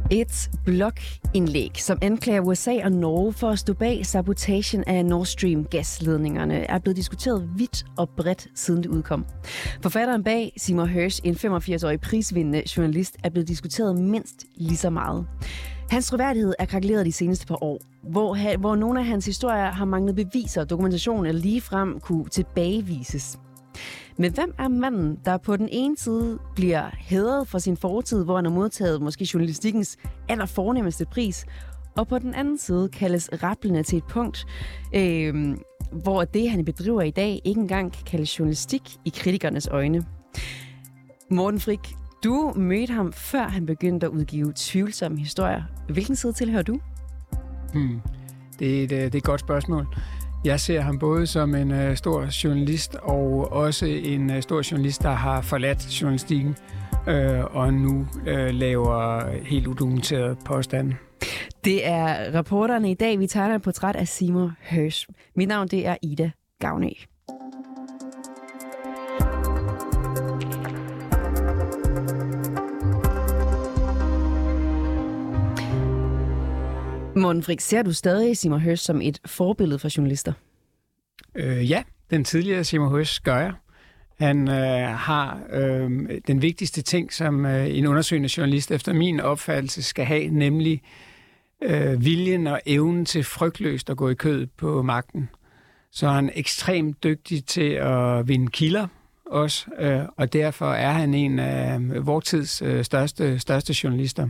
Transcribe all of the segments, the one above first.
Et blogindlæg, som anklager USA og Norge for at stå bag sabotagen af Nord Stream-gasledningerne, er blevet diskuteret vidt og bredt siden det udkom. Forfatteren bag, Seymour Hersh, en 85-årig prisvindende journalist, er blevet diskuteret mindst lige så meget. Hans troværdighed er krakeleret de seneste par år, hvor nogle af hans historier har manglet beviser, dokumentation eller ligefrem kunne tilbagevises. Men hvem er manden, der på den ene side bliver hædret for sin fortid, hvor han har modtaget måske journalistikkens allerfornemmeste pris, og på den anden side kaldes rablende til et punkt, hvor det, han bedriver i dag, ikke engang kan kaldes journalistik i kritikernes øjne. Morten Frick, du mødte ham, før han begyndte at udgive tvivlsomme historier. Hvilken side tilhører du? Det er et godt spørgsmål. Jeg ser ham både som en stor journalist og også en stor journalist, der har forladt journalistikken og nu laver helt udokumenteret påstande. Det er reporterne i dag. Vi tegner et portræt af Seymour Hersh. Mit navn det er Ida Gavnø. Morten Frick, ser du stadig Seymour Hersh som et forbillede for journalister? Ja, den tidligere Seymour Hersh gør jeg. Han har den vigtigste ting, som en undersøgende journalist efter min opfattelse skal have, nemlig viljen og evnen til frygtløst at gå i kødet på magten. Så han er ekstremt dygtig til at vinde kilder også, og derfor er han en af vor tids største journalister.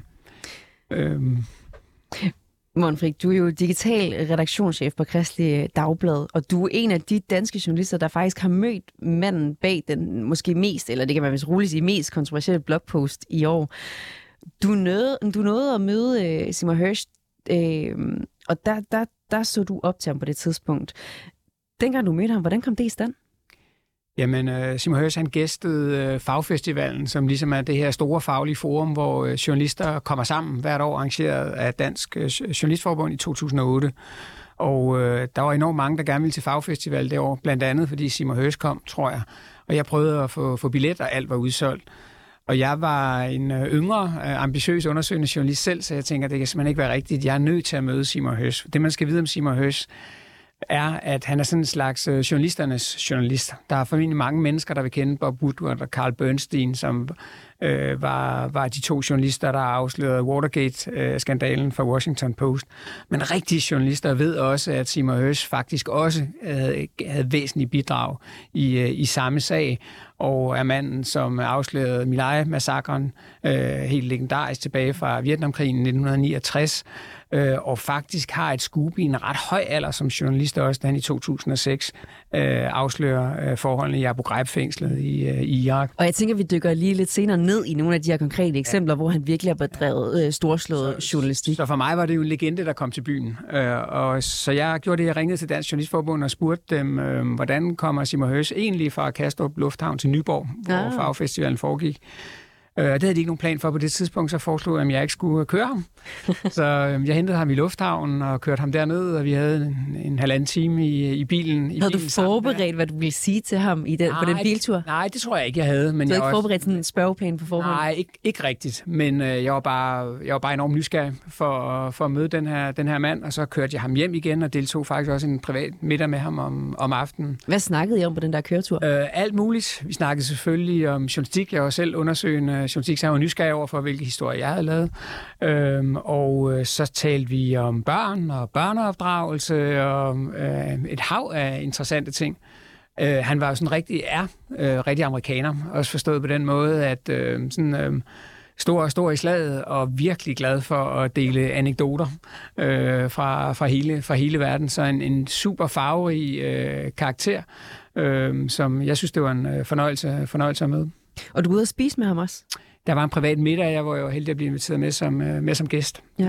Morten Frick, du er jo digital redaktionschef på Kristeligt Dagblad, og du er en af de danske journalister, der faktisk har mødt manden bag den måske mest, eller det kan man vist roligt sige, mest kontroversielle blogpost i år. Du nåede at møde Seymour Hersh, og der så du op til ham på det tidspunkt. Dengang du mødte ham, hvordan kom det i stand? Jamen, Seymour Hersh, han gæstede Fagfestivalen, som ligesom er det her store faglige forum, hvor journalister kommer sammen hvert år, arrangeret af Dansk Journalistforbund i 2008. Og der var enormt mange, der gerne ville til Fagfestival det år, blandt andet fordi Seymour Hersh kom, tror jeg. Og jeg prøvede at få billet, og alt var udsolgt. Og jeg var en yngre, ambitiøs undersøgende journalist selv, så jeg tænker, det kan simpelthen ikke være rigtigt. Jeg er nødt til at møde Seymour Hersh. Det, man skal vide om Seymour Hersh, er, at han er sådan en slags journalisternes journalist. Der er formentlig mange mennesker, der vil kende Bob Woodward og Carl Bernstein, som var de to journalister, der afslørede Watergate-skandalen fra Washington Post. Men rigtige journalister ved også, at Seymour Hersh faktisk også havde væsentlige bidrag i samme sag, og er manden, som afslørede My Lai-massakren, helt legendarisk tilbage fra Vietnamkrigen 1969, og faktisk har et scoop i en ret høj alder som journalist også, da han i 2006 afslører forholdene i Abu Ghraib-fængslet i Irak. Og jeg tænker, vi dykker lige lidt senere ned i nogle af de her konkrete eksempler, hvor han virkelig har bedrevet storslået journalistik. Så for mig var det jo en legende, der kom til byen. Og så jeg gjorde det, jeg ringede til Dansk Journalistforbund og spurgte dem, hvordan kommer Seymour Hersh egentlig fra Kastrup Lufthavn til Nyborg, hvor Fagfestivalen foregik. Det havde de ikke nogen plan for på det tidspunkt, så foreslog jeg, at jeg ikke skulle køre ham. Så jeg hentede ham i lufthavnen og kørte ham derned, og vi havde en halvanden time i bilen. Havde du forberedt, hvad du ville sige til ham på den biltur? Nej, det tror jeg ikke, jeg havde. Men du havde ikke forberedt sådan en spørgeplan på forhånd? Nej, ikke rigtigt. Men jeg var bare enormt nysgerrig for at møde den her mand, og så kørte jeg ham hjem igen og deltog faktisk også en privat middag med ham om aftenen. Hvad snakkede I om på den der køretur? Alt muligt. Vi snakkede selvfølgelig om journalistik. Jeg var selv undersøgende journalistik, så jeg var nysgerrig over for, hvilke historier jeg havde lavet. Og så talte vi om børn og børneopdragelse og et hav af interessante ting. Han var jo sådan rigtig amerikaner, også forstået på den måde, at stor i slaget og virkelig glad for at dele anekdoter fra hele verden. Så en super farverig karakter, som jeg synes, det var en fornøjelse at møde. Og du er ude at spise med ham også? Der var en privat middag, jeg var jo heldig at blive inviteret med som gæst. Ja.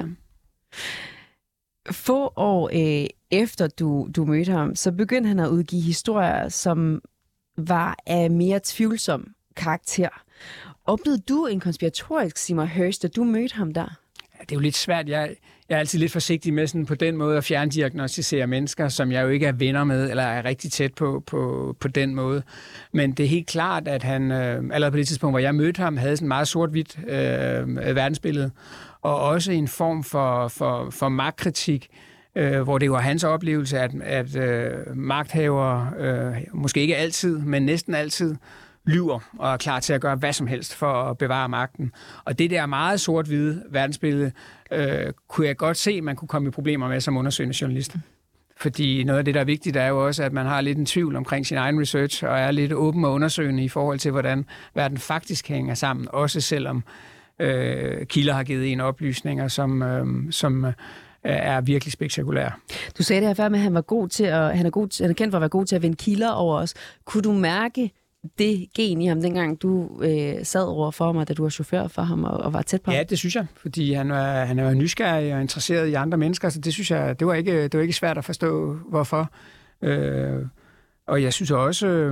Få år efter du mødte ham, så begyndte han at udgive historier, som var af mere tvivlsom karakter. Oplevede du en konspiratorisk Seymour Hersh, da du mødte ham der? det er jo lidt svært. Jeg er altid lidt forsigtig med sådan på den måde at fjerndiagnostisere mennesker, som jeg jo ikke er venner med, eller er rigtig tæt på den måde. Men det er helt klart, at han allerede på det tidspunkt, hvor jeg mødte ham, havde sådan en meget sort-hvidt verdensbillede, og også en form for magtkritik, hvor det var hans oplevelse, at magthavere, måske ikke altid, men næsten altid, lyver og er klar til at gøre hvad som helst for at bevare magten. Og det der meget sort-hvide verdensbillede, kunne jeg godt se, at man kunne komme i problemer med som undersøgende journalist. Fordi noget af det, der er vigtigt, er jo også, at man har lidt en tvivl omkring sin egen research, og er lidt åben og undersøgende i forhold til, hvordan verden faktisk hænger sammen, også selvom kilder har givet en oplysninger, som er virkelig spektakulære. Du sagde det her før med, at han er kendt for at være god til at vinde kilder over os. Kunne du mærke det gen i ham, dengang du sad over for mig, da du var chauffør for ham og var tæt på ham? Ja, det synes jeg, fordi han er nysgerrig og interesseret i andre mennesker, så det synes jeg, det var ikke svært at forstå, hvorfor. Og jeg synes også,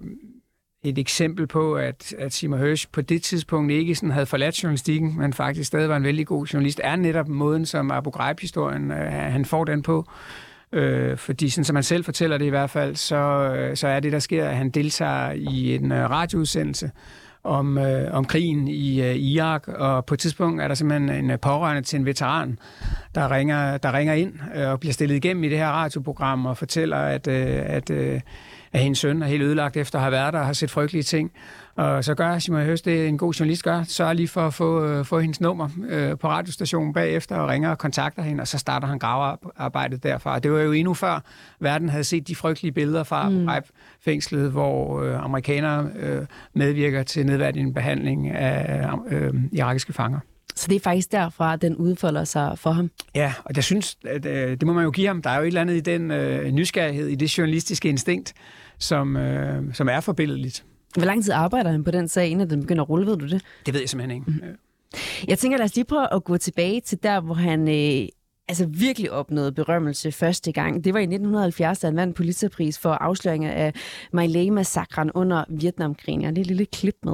et eksempel på, at Seymour Hersh på det tidspunkt ikke sådan havde forladt journalistikken, men faktisk stadig var en vældig god journalist, er netop måden, som Abu Ghraib-historien, han får den på. Fordi sådan som man selv fortæller det i hvert fald, så er det, der sker, at han deltager i en radioudsendelse om krigen i Irak, og på et tidspunkt er der simpelthen en pårørende til en veteran, der ringer ind og bliver stillet igennem i det her radioprogram og fortæller, at hendes søn er helt ødelagt efter at have været der og har set frygtelige ting. Og så gør Seymour Hersh det, en god journalist gør, sørger lige for at få hendes nummer på radiostationen bagefter og ringer og kontakter hende, og så starter han gravearbejdet derfra. Det var jo endnu før verden havde set de frygtelige billeder fra Ghraib-fængslet, hvor amerikanere medvirker til nedværdigende behandling af irakiske fanger. Så det er faktisk derfra, at den udfolder sig for ham? Ja, og jeg synes, at det må man jo give ham. Der er jo et eller andet i den nysgerrighed, i det journalistiske instinkt, som er forbilledeligt. Hvor lang tid arbejder han på den sag, inden den begynder at rulle, ved du det? Det ved jeg simpelthen ikke. Jeg tænker, lad os lige prøve at gå tilbage til der, hvor han virkelig opnåede berømmelse første gang. Det var i 1970, da han vandt Pulitzerpris for afsløringer af My Lai-massakren under Vietnamkrigen. Jeg har lige et lille klip med.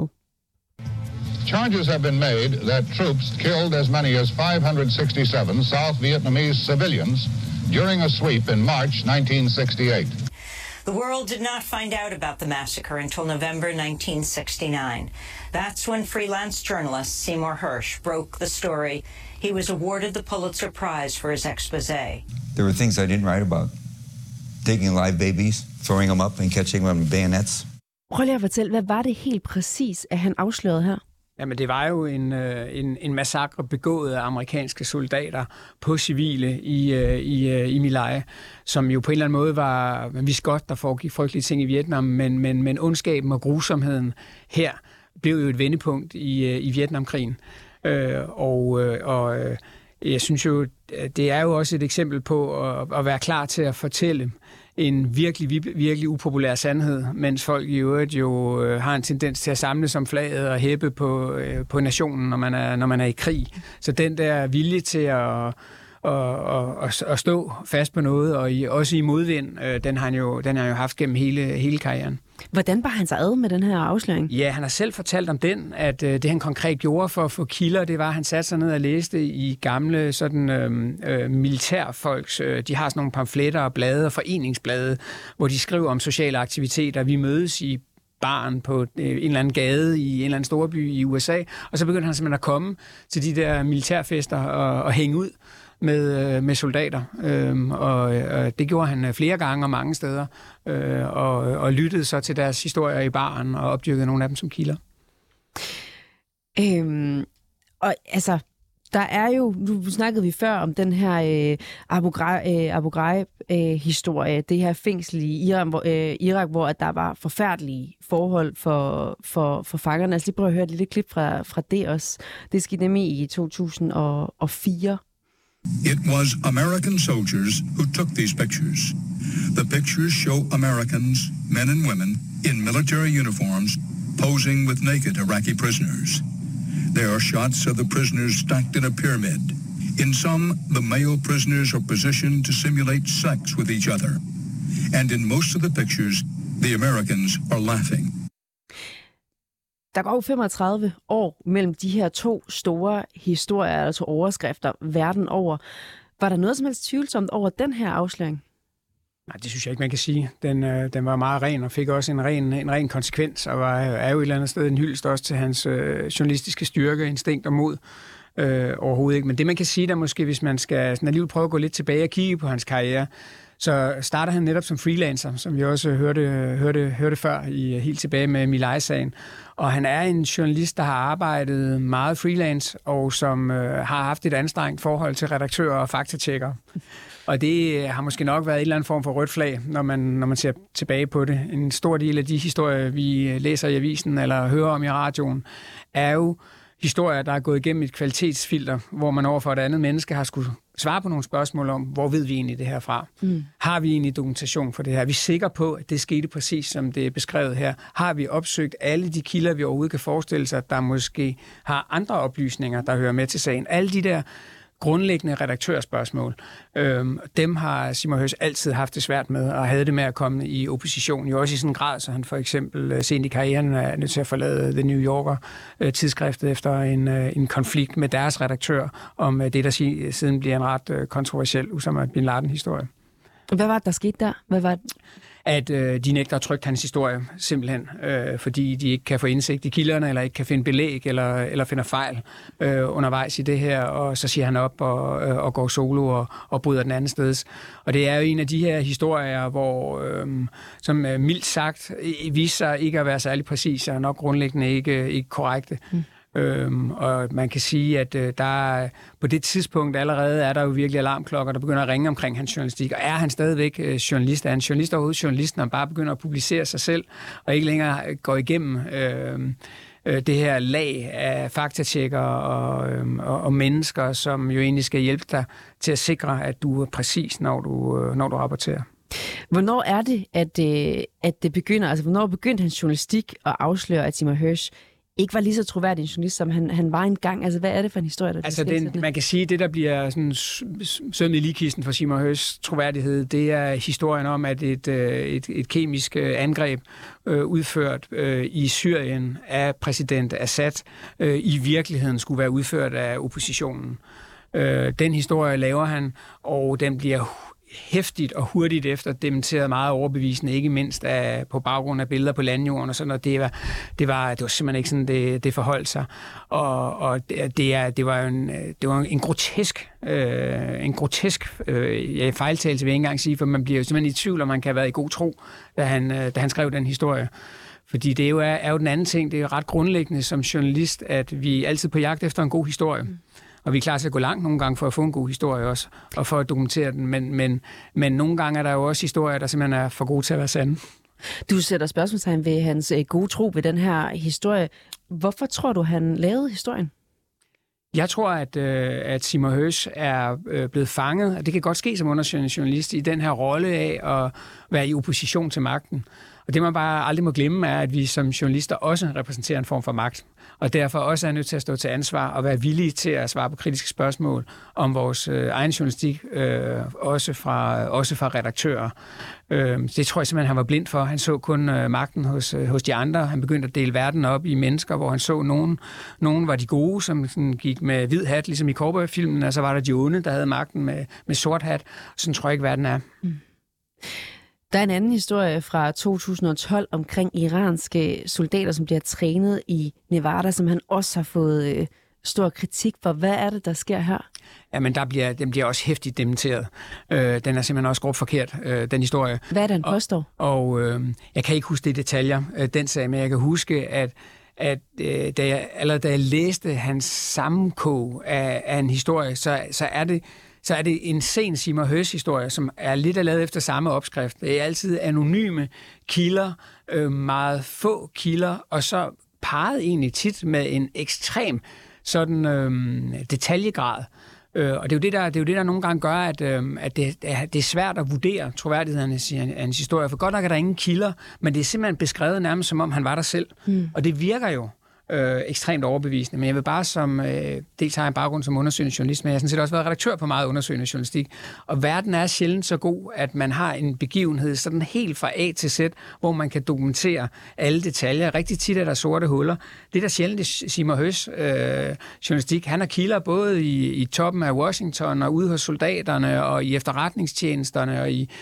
Charges have been made that troops killed as many as 567 South Vietnamese civilians during a sweep in March 1968. The world did not find out about the massacre until November 1969. That's when freelance journalist Seymour Hersh broke the story. He was awarded the Pulitzer Prize for his exposé. There were things I didn't write about. Taking live babies, throwing them up and catching them with bayonets. Prøv lige at fortælle, hvad var det helt præcis, at han afslørede her? Jamen, det var jo en massakre begået af amerikanske soldater på civile i My Lai, som jo på en eller anden måde var, man vidste godt, der foregik frygtelige ting i Vietnam, men ondskaben og grusomheden her blev jo et vendepunkt i Vietnamkrigen. Og jeg synes jo, det er jo også et eksempel på at være klar til at fortælle en virkelig upopulær sandhed, mens folk i øvrigt jo har en tendens til at samle som flaget og hæppe på nationen, når man er i krig. Så den der vilje til at stå fast på noget, og også i modvind, den har han jo haft gennem hele karrieren. Hvordan bar han sig ad med den her afsløring? Ja, han har selv fortalt om den, at det han konkret gjorde for at få kilder, det var, at han satte sig ned og læste i gamle militærfolks, de har sådan nogle pamfletter og blade og foreningsblade, hvor de skriver om sociale aktiviteter. Vi mødes i baren på en eller anden gade i en eller anden storby i USA, og så begyndte han simpelthen at komme til de der militærfester og hænge ud med soldater, og det gjorde han flere gange og mange steder, og lyttede så til deres historier i baren og opdyrkede nogle af dem som kilder. Og altså, der er jo, nu snakkede vi før om den her Abu Ghraib-historie, det her fængsel i Irak, hvor at der var forfærdelige forhold for fangerne. Lad os lige prøve at høre et lille klip fra det også. Det skete nemlig i 2004. It was American soldiers who took these pictures. The pictures show Americans, men and women, in military uniforms, posing with naked Iraqi prisoners. There are shots of the prisoners stacked in a pyramid. In some, the male prisoners are positioned to simulate sex with each other. And in most of the pictures, the Americans are laughing. Der går 35 år mellem de her 2 store historier, altså overskrifter verden over. Var der noget som helst tvivlsomt over den her afsløring? Nej, det synes jeg ikke, man kan sige. Den var meget ren og fik også en ren konsekvens, og er jo et eller andet sted en hyldest også til hans journalistiske styrke, instinkt og mod. Overhovedet ikke. Men det, man kan sige der måske, hvis man skal sådan alligevel prøve at gå lidt tilbage og kigge på hans karriere, så starter han netop som freelancer, som vi også hørte før, helt tilbage med Milei-sagen. Og han er en journalist, der har arbejdet meget freelance, og som har haft et anstrengt forhold til redaktører og faktatjekkere. Og det har måske nok været en eller anden form for rødt flag, når man ser tilbage på det. En stor del af de historier, vi læser i avisen eller hører om i radioen, er jo historier, der er gået igennem et kvalitetsfilter, hvor man overfor et andet menneske har skulle svare på nogle spørgsmål om, hvor ved vi egentlig det her fra? Har vi egentlig dokumentation for det her? Er vi sikre på, at det skete præcis, som det er beskrevet her? Har vi opsøgt alle de kilder, vi overhovedet kan forestille sig, der måske har andre oplysninger, der hører med til sagen? Alle de der grundlæggende redaktørspørgsmål. Dem har Seymour Hersh altid haft det svært med, og havde det med at komme i opposition. Jo også i sådan en grad, så han for eksempel sent i karrieren er nødt til at forlade The New Yorker tidsskriftet efter en konflikt med deres redaktør om det, der siden bliver en ret kontroversiel Osama bin Laden-historie. Hvad var det, der skete der? Hvad var det? At de nægter at trykke hans historie, simpelthen, fordi de ikke kan få indsigt i kilderne, eller ikke kan finde belæg, eller finder fejl undervejs i det her, og så siger han op og går solo og bryder den anden steds. Og det er jo en af de her historier, hvor, som mildt sagt, viser sig ikke at være særlig præcise, og nok grundlæggende ikke korrekte. Og man kan sige, at der på det tidspunkt allerede er der jo virkelig alarmklokker, der begynder at ringe omkring hans journalistik. Og er han stadigvæk journalist? Er han journalist overhovedet journalist, når han bare begynder at publicere sig selv, og ikke længere går igennem det her lag af faktatjekker og mennesker, som jo egentlig skal hjælpe dig til at sikre, at du er præcis, når du rapporterer. Hvornår er det, at det begynder? Altså, hvornår begyndte hans journalistik at afsløre, at Seymour Hersh ikke var lige så troværdig en journalist, som han var engang? Altså, hvad er det for en historie, der altså, man kan sige, at det, der bliver sådan sømmet i ligkisten for Seymour Hershs troværdighed, det er historien om, at et kemisk angreb udført i Syrien af præsident Assad i virkeligheden skulle være udført af oppositionen. Den historie laver han, og den bliver hæftigt og hurtigt efter dementeret meget overbevisende, ikke mindst på baggrund af billeder på landjorden og sådan noget. Det var simpelthen ikke sådan, det forholdt sig. Og det var en grotesk fejltagelse, vil jeg ikke engang sige, for man bliver jo simpelthen i tvivl, om man kan have været i god tro, da han skrev den historie. Fordi det er jo den anden ting, det er jo ret grundlæggende som journalist, at vi er altid på jagt efter en god historie. Og vi er klar til at gå langt nogle gange for at få en god historie også, og for at dokumentere den. Men nogle gange er der jo også historier, der simpelthen er for gode til at være sande. Du sætter spørgsmålstegn ved hans gode tro ved den her historie. Hvorfor tror du, han lavede historien? Jeg tror, at Seymour Hersh er blevet fanget, og det kan godt ske som undersøgende journalist, i den her rolle af at være i opposition til magten. Og det man bare aldrig må glemme er, at vi som journalister også repræsenterer en form for magt. Og derfor også er nødt til at stå til ansvar og være villige til at svare på kritiske spørgsmål om vores egen journalistik, også fra redaktører. Det tror jeg simpelthen, han var blind for. Han så kun magten hos de andre. Han begyndte at dele verden op i mennesker, hvor han så nogen var de gode, som sådan gik med hvid hat, ligesom i Cowboy-filmen, og så var der de onde, der havde magten med sort hat. Sådan tror jeg ikke, verden er. Der er en anden historie fra 2012 omkring iranske soldater, som bliver trænet i Nevada, som han også har fået stor kritik for. Hvad er det, der sker her? Jamen, den bliver også hæftigt dementeret. Den er simpelthen også groft forkert, den historie. Hvad er det, han påstår? Og jeg kan ikke huske det i detaljer, den sag, men jeg kan huske, at da jeg læste hans sammenkog af en historie, så er det en sen Seymour Hersh-historie, som er lidt lavet efter samme opskrift. Det er altid anonyme kilder, meget få kilder, og så parret egentlig tit med en ekstrem sådan detaljegrad. Og det er jo det, der nogle gange gør, at det er svært at vurdere troværdigheden af hans historie. For godt nok er der ingen kilder, men det er simpelthen beskrevet nærmest, som om han var der selv. Og det virker jo. ekstremt overbevisende. Men jeg vil bare dels har jeg en baggrund som undersøgende journalist, men jeg har sådan set også været redaktør på meget undersøgende journalistik. Og verden er sjældent så god, at man har en begivenhed sådan helt fra A til Z, hvor man kan dokumentere alle detaljer. Rigtig tit er der sorte huller. Det er der sjældent i Seymour Hersh journalistik. Han har kilder både i toppen af Washington og ude hos soldaterne og i efterretningstjenesterne.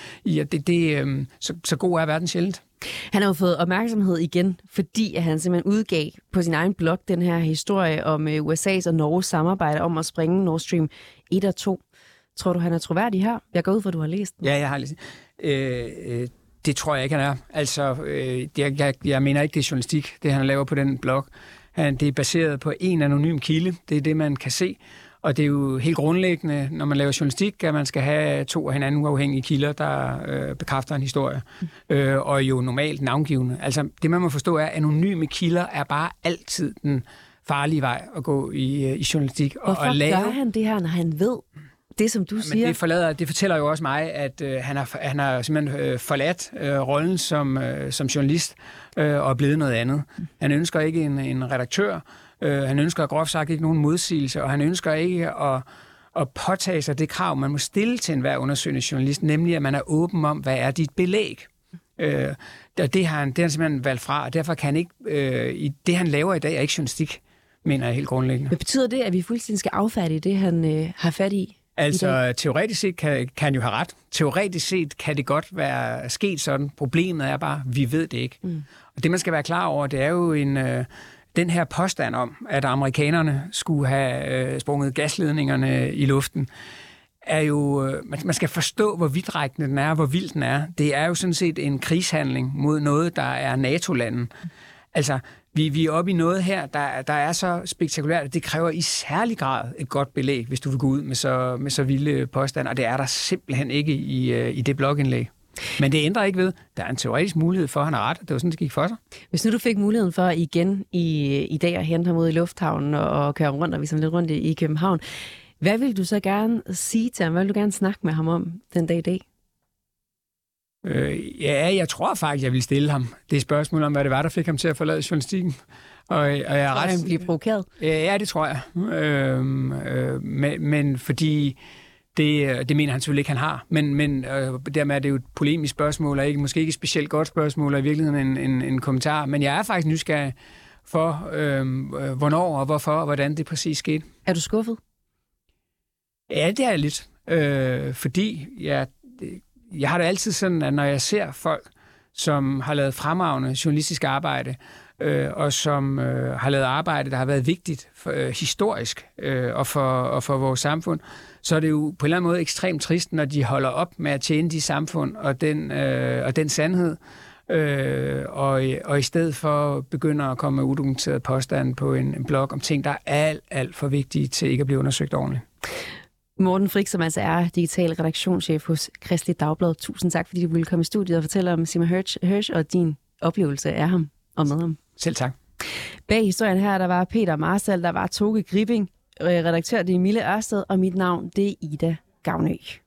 Og så god er verden sjældent. Han har jo fået opmærksomhed igen, fordi han simpelthen udgav på sin egen blog den her historie om USA's og Norges samarbejde om at springe Nord Stream 1 og 2. Tror du, han er troværdig her? Jeg går ud fra, du har læst den. Ja, jeg har læst det tror jeg ikke, han er. Altså, jeg mener ikke, det er journalistik, det han laver på den blog. Det er baseret på en anonym kilde. Det er det, man kan se. Og det er jo helt grundlæggende, når man laver journalistik, at man skal have 2 af hinanden uafhængige kilder, der bekræfter en historie. Og jo normalt navngivende. Altså, det man må forstå er, at anonyme kilder er bare altid den farlige vej at gå i journalistik. Hvorfor gør han det her, når han ved det, som du siger? Det fortæller jo også mig, at han har simpelthen forladt rollen som journalist og er blevet noget andet. Han ønsker ikke en redaktør. Han ønsker groft sagt ikke nogen modsigelse, og han ønsker ikke at påtage sig det krav, man må stille til enhver undersøgende journalist, nemlig at man er åben om, hvad er dit belæg. Det har han simpelthen valgt fra, og derfor kan han ikke... det, han laver i dag, er ikke journalistik, mener jeg helt grundlæggende. Hvad betyder det, at vi fuldstændig skal affatte det, han har fat i? Altså, teoretisk set kan han jo have ret. Teoretisk set kan det godt være sket sådan. Problemet er bare, vi ved det ikke. Og det, man skal være klar over, det er jo den her påstand om, at amerikanerne skulle have sprunget gasledningerne i luften, er jo... Man skal forstå, hvor vidtrækkende den er, hvor vild den er. Det er jo sådan set en krigshandling mod noget, der er NATO-landen. Altså, vi er oppe i noget her, der er så spektakulært, at det kræver i særlig grad et godt belæg, hvis du vil gå ud med så vilde påstand, og det er der simpelthen ikke i det blogindlæg. Men det ændrer ikke ved, der er en teoretisk mulighed for, at han har ret. Det var sådan, det gik for sig. Hvis nu du fik muligheden for igen i dag at hente ham ud i lufthavnen og køre rundt, og vi lidt rundt i København, hvad vil du så gerne sige til ham? Hvad vil du gerne snakke med ham om den dag i dag? Jeg tror faktisk, jeg vil stille ham. Det er et spørgsmål om, hvad det var, der fik ham til at forlade journalistikken. Og jeg er ret... han bliver provokeret? Ja, det tror jeg. Men fordi... Det mener han selvfølgelig ikke, han har. Men dermed er det jo et polemisk spørgsmål, og måske ikke et specielt godt spørgsmål, og i virkeligheden en kommentar. Men jeg er faktisk nysgerrig for, hvornår og hvorfor, og hvordan det præcis skete. Er du skuffet? Ja, det er jeg lidt. Fordi jeg har det altid sådan, at når jeg ser folk, som har lavet fremragende journalistisk arbejde, og som har lavet arbejde, der har været vigtigt historisk og for vores samfund, så er det jo på en eller anden måde ekstremt trist, når de holder op med at tjene de samfund og den sandhed, og i stedet for begynder at komme med udokumenteret påstand på en blog om ting, der er alt for vigtige til ikke at blive undersøgt ordentligt. Morten Frick, som altså er digital redaktionschef hos Kristeligt Dagblad. Tusind tak, fordi du ville komme i studiet og fortælle om Seymour Hersh og din oplevelse af ham og med ham. Selv tak. Bag historien her, der var Peter Marstal, der var Toge Gripping, redaktør det er Mille Ørsted, og mit navn det er Ida Gavnø.